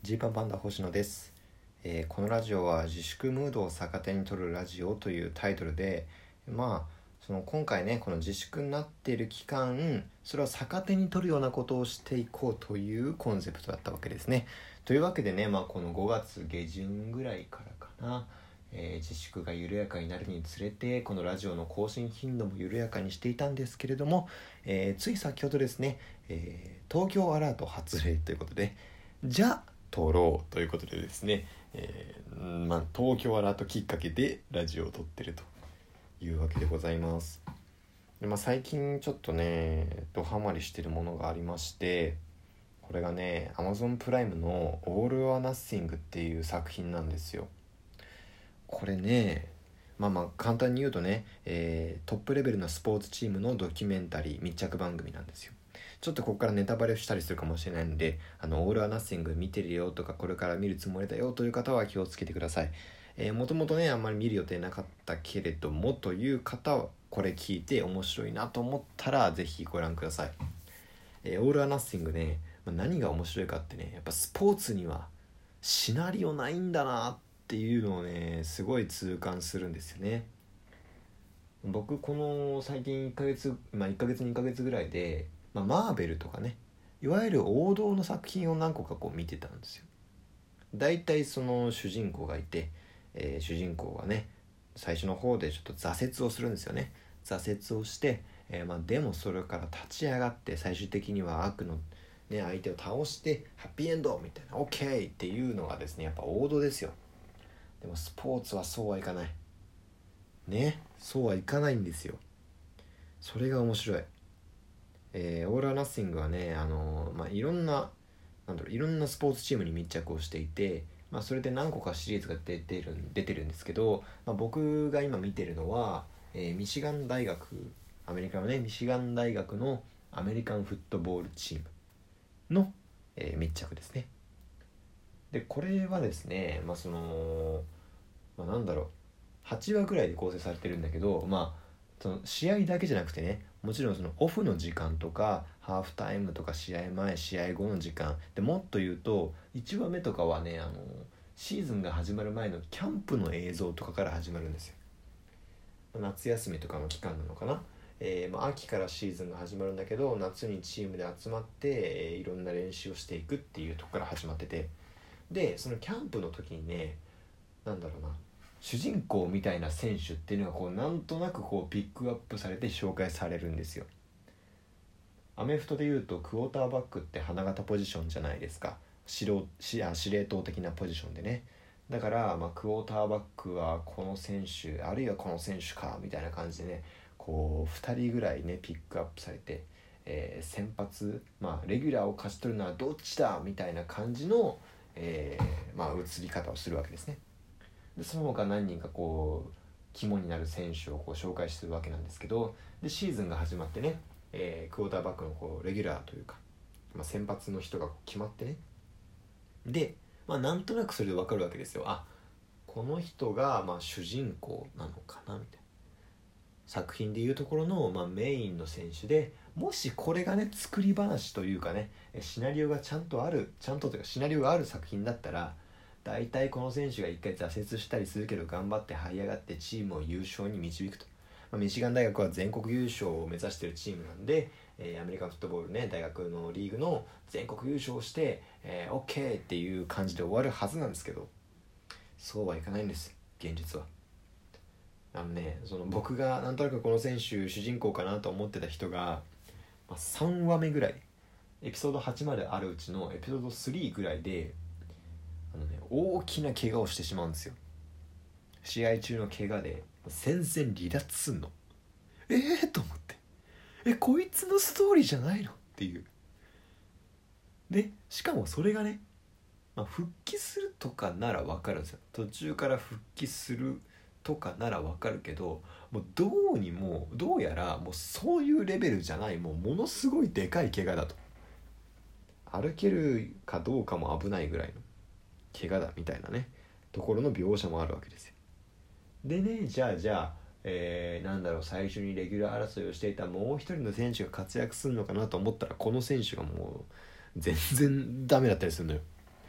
ジーパンパンダ星野です。このラジオは自粛ムードを逆手に取るラジオというタイトルで、その今回ねこの自粛になっている期間、それを逆手に取るようなことをしていこうというコンセプトだったわけですね。というわけでね、この5月下旬ぐらいからかな、自粛が緩やかになるにつれてこのラジオの更新頻度も緩やかにしていたんですけれども、つい先ほどですね、東京アラート発令ということで、じゃあ撮ろうということでですね、東京アラートきっかけでラジオを撮ってるというわけでございます。で、最近ちょっとねドハマりしてるものがありまして、これがね Amazon プライムのオール・オア・ナッシングっていう作品なんですよ。これね簡単に言うとね、トップレベルのスポーツチームのドキュメンタリー密着番組なんですよ。ちょっとここからネタバレしたりするかもしれないので、オール・ア・ナッシング見てるよとかこれから見るつもりだよという方は気をつけてください。もともとねあんまり見る予定なかったけれどもという方はこれ聞いて面白いなと思ったらぜひご覧ください。オール・ア・ナッシングね、何が面白いかってね、やっぱスポーツにはシナリオないんだなっていうのをねすごい痛感するんですよね。僕この最近1ヶ月2ヶ月ぐらいで、マーベルとかね、いわゆる王道の作品を何個かこう見てたんですよ。だいたいその主人公がいて、主人公がね最初の方でちょっと挫折をするんですよね。挫折をして、でもそれから立ち上がって最終的には悪の、相手を倒してハッピーエンドみたいな OK っていうのがですねやっぱ王道ですよ。でもスポーツはそうはいかないね、そうはいかないんですよ。それが面白い。オール・ア・ナッシングはね、いろんなスポーツチームに密着をしていて、それで何個かシリーズが出てるんですけど、僕が今見てるのは、ミシガン大学、アメリカのねミシガン大学のアメリカンフットボールチームの、密着ですね。でこれはですね、8話ぐらいで構成されてるんだけど、その試合だけじゃなくてね、もちろんそのオフの時間とかハーフタイムとか試合前試合後の時間で、もっと言うと1話目とかはねシーズンが始まる前のキャンプの映像とかから始まるんですよ。夏休みとかの期間なのかな、秋からシーズンが始まるんだけど、夏にチームで集まって、いろんな練習をしていくっていうとこから始まってて、でそのキャンプの時にね、主人公みたいな選手っていうのがこうなんとなくこうピックアップされて紹介されるんですよ。アメフトでいうとクォーターバックって花形ポジションじゃないですか。司令塔的なポジションでね。だから、クォーターバックはこの選手あるいはこの選手かみたいな感じでね、こう2人ぐらいねピックアップされて、先発、レギュラーを勝ち取るのはどっちだみたいな感じの、映り方をするわけですね。でその他何人かこう肝になる選手をこう紹介するわけなんですけど、でシーズンが始まってね、クォーターバックのこうレギュラーというか、先発の人が決まってね、で、なんとなくそれで分かるわけですよ。この人が主人公なのかなみたいな、作品でいうところの、メインの選手で、もしこれがね作り話というかねシナリオがちゃんとというかシナリオがある作品だったら、大体この選手が一回挫折したりするけど頑張って這い上がってチームを優勝に導くと。ミシガン大学は全国優勝を目指しているチームなんで、アメリカンフットボールね大学のリーグの全国優勝して、OK っていう感じで終わるはずなんですけど、そうはいかないんです、現実は。その僕がなんとなくこの選手主人公かなと思ってた人が、3話目ぐらい、エピソード8まであるうちのエピソード3ぐらいで大きな怪我をしてしまうんですよ。試合中の怪我で戦線離脱すんの。と思って、こいつのストーリーじゃないのっていう。でしかもそれがね、復帰するとかなら分かるんですよ。途中から復帰するとかなら分かるけど、もうどうやらもうそういうレベルじゃない、ものすごいでかい怪我だと。歩けるかどうかも危ないぐらいの怪我だみたいなねところの描写もあるわけですよ。でね、じゃあ最初にレギュラー争いをしていたもう一人の選手が活躍するのかなと思ったら、この選手がもう全然ダメだったりするのよ。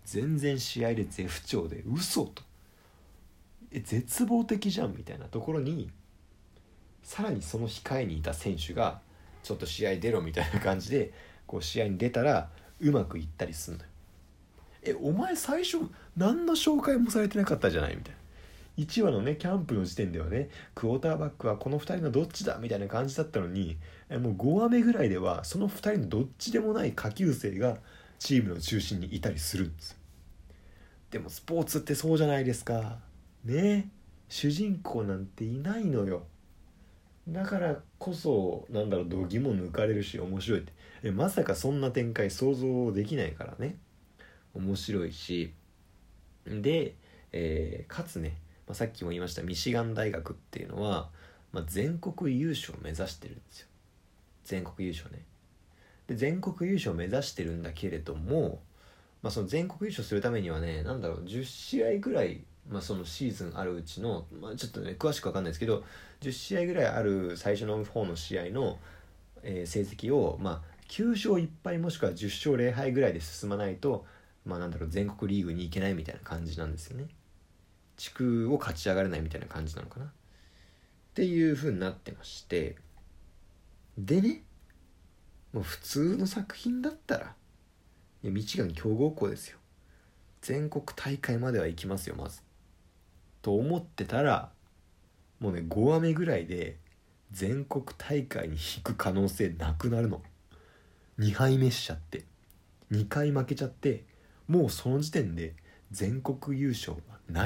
全然試合で絶不調で嘘と絶望的じゃんみたいなところに、さらにその控えにいた選手がちょっと試合出ろみたいな感じでこう試合に出たらうまくいったりすんのよ。お前最初何の紹介もされてなかったじゃないみたいな。1話のねキャンプの時点ではねクォーターバックはこの2人のどっちだみたいな感じだったのに、もう5話目ぐらいではその2人のどっちでもない下級生がチームの中心にいたりするんですよ。でもスポーツってそうじゃないですかね。主人公なんていないのよ。だからこそ度肝も抜かれるし面白いって、まさかそんな展開想像できないからね面白いし、で、かつね、さっきも言いましたミシガン大学っていうのは、全国優勝を目指してるんですよ。全国優勝ね。で全国優勝を目指してるんだけれども、その全国優勝するためにはね10試合ぐらい、そのシーズンあるうちの、ちょっとね詳しく分かんないですけど10試合ぐらいある最初の方の試合の、成績を、9勝1敗もしくは10勝0敗ぐらいで進まないと、全国リーグに行けないみたいな感じなんですよね。地区を勝ち上がれないみたいな感じなのかなっていう風になってまして、でねもう普通の作品だったらミシガン強豪校ですよ、全国大会までは行きますよまずと思ってたら、もうね5話目ぐらいで全国大会に行く可能性なくなるの。2敗目しちゃって2回負けちゃって、もうその時点で全国優勝はない。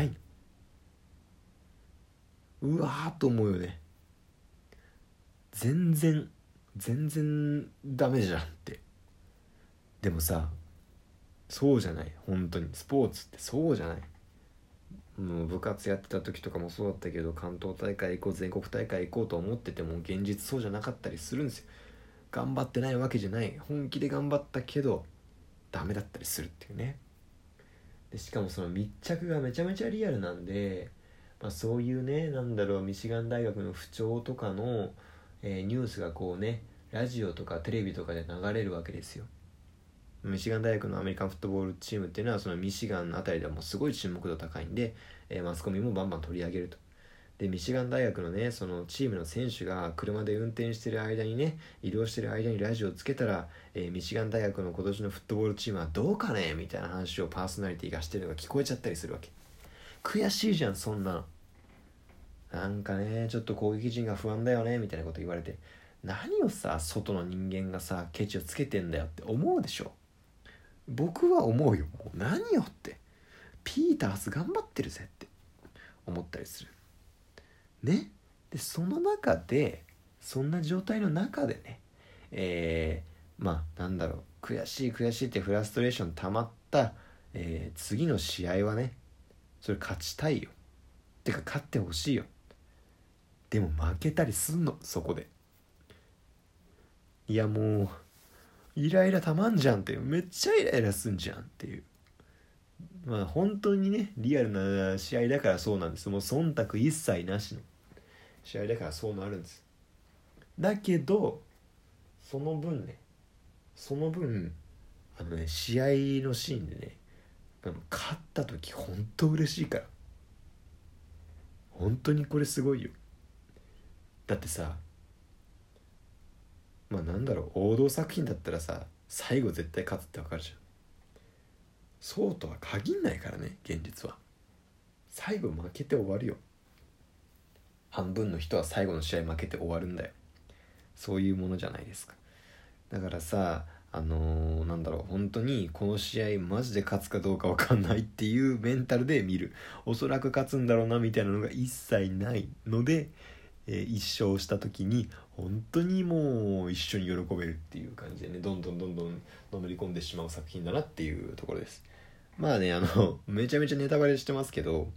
うわーと思うよね。全然ダメじゃんって。でもさそうじゃない、本当にスポーツってそうじゃない。もう部活やってた時とかもそうだったけど、関東大会行こう全国大会行こうと思ってても現実そうじゃなかったりするんですよ。頑張ってないわけじゃない、本気で頑張ったけどダメだったりするっていうね。でしかもその密着がめちゃめちゃリアルなんで、そういうねミシガン大学の不調とかの、ニュースがこうねラジオとかテレビとかで流れるわけですよ。ミシガン大学のアメリカンフットボールチームっていうのはそのミシガンのあたりではもうすごい注目度高いんで、マスコミもバンバン取り上げると。でミシガン大学のねそのチームの選手が車で運転してる間にね移動してる間にラジオつけたら、ミシガン大学の今年のフットボールチームはどうかねみたいな話をパーソナリティがしてるのが聞こえちゃったりするわけ。悔しいじゃんそんなの。なんかねちょっと攻撃陣が不安だよねみたいなこと言われて、何をさ外の人間がさケチをつけてんだよって思うでしょ。僕は思うよ。もう何よって、ピータース頑張ってるぜって思ったりするね。でその中でそんな状態の中でね悔しいってフラストレーション溜まった、次の試合はねそれ勝ちたいよてか勝ってほしいよ。でも負けたりすんのそこで。いやもうイライラたまんじゃんって、めっちゃイライラすんじゃんっていう。本当にねリアルな試合だからそうなんです。もう忖度一切なしの試合だからそうなるんです。だけどその分試合のシーンでね勝った時本当嬉しいから。本当にこれすごいよ。だってさ王道作品だったらさ最後絶対勝つってわかるじゃん。そうとは限んないからね現実は。最後負けて終わるよ。半分の人は最後の試合負けて終わるんだよ。そういうものじゃないですか。だからさ本当にこの試合マジで勝つかどうか分かんないっていうメンタルで見る。おそらく勝つんだろうなみたいなのが一切ないので、一勝した時に本当にもう一緒に喜べるっていう感じでねどんどんのめり込んでしまう作品だなっていうところです。めちゃめちゃネタバレしてますけど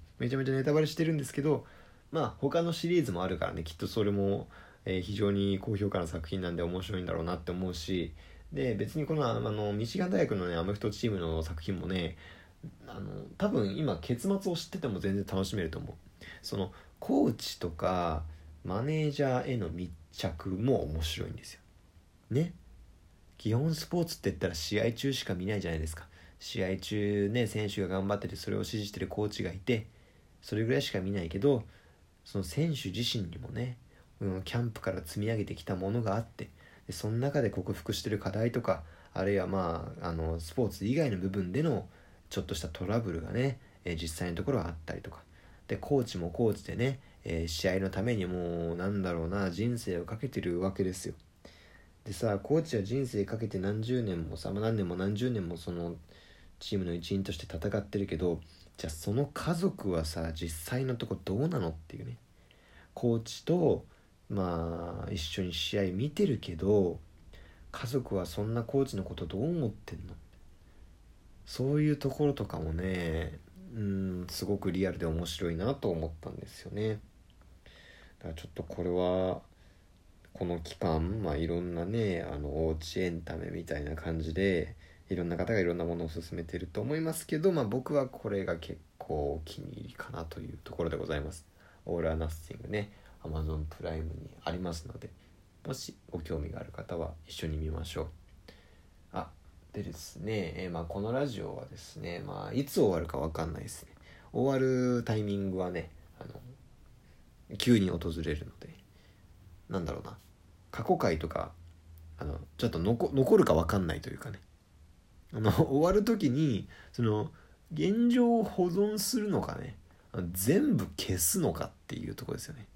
他のシリーズもあるからねきっとそれも、非常に高評価の作品なんで面白いんだろうなって思うし、で別にこのミシガン大学のねアメフトチームの作品もね多分今結末を知ってても全然楽しめると思う。そのコーチとかマネージャーへの密着も面白いんですよね。基本スポーツって言ったら試合中しか見ないじゃないですか。 試合中ね選手が頑張っててそれを指示してるコーチがいて、それぐらいしか見ないけど、その選手自身にもね、キャンプから積み上げてきたものがあって、でその中で克服してる課題とか、あるいはスポーツ以外の部分でのちょっとしたトラブルがね、実際のところはあったりとかで、コーチもコーチでね、試合のためにもう人生をかけてるわけですよ。でさ、コーチは人生かけて何十年もさ、何年も何十年もそのチームの一員として戦ってるけど、じゃあその家族はさ実際のとこどうなのっていうね。コーチと一緒に試合見てるけど、家族はそんなコーチのことどう思ってんの？そういうところとかもね、すごくリアルで面白いなと思ったんですよね。だからちょっとこれはこの期間、いろんなねおうちエンタメみたいな感じでいろんな方がいろんなものを勧めてると思いますけど、僕はこれが結構お気に入りかなというところでございます。オール・ア・ナッシングね、 Amazon プライムにありますので、もしご興味がある方は一緒に見ましょう。でですね、このラジオはですね、いつ終わるか分かんないですね。終わるタイミングはね急に訪れるので、過去回とかちょっと残るか分かんないというかね、終わる時にその現状を保存するのかね、全部消すのかっていうところですよね。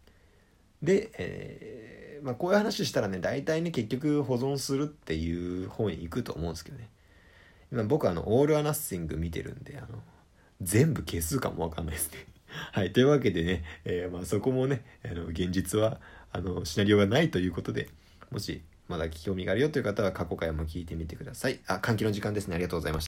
で、こういう話したらね、大体ね結局保存するっていう方に行くと思うんですけどね。今僕オール・ア・ナッシング見てるんで全部消すかもわかんないですねはい、というわけでね、そこもね現実はシナリオがないということで、もしまだ興味があるよという方は過去回も聞いてみてください。換気の時間ですね。ありがとうございました。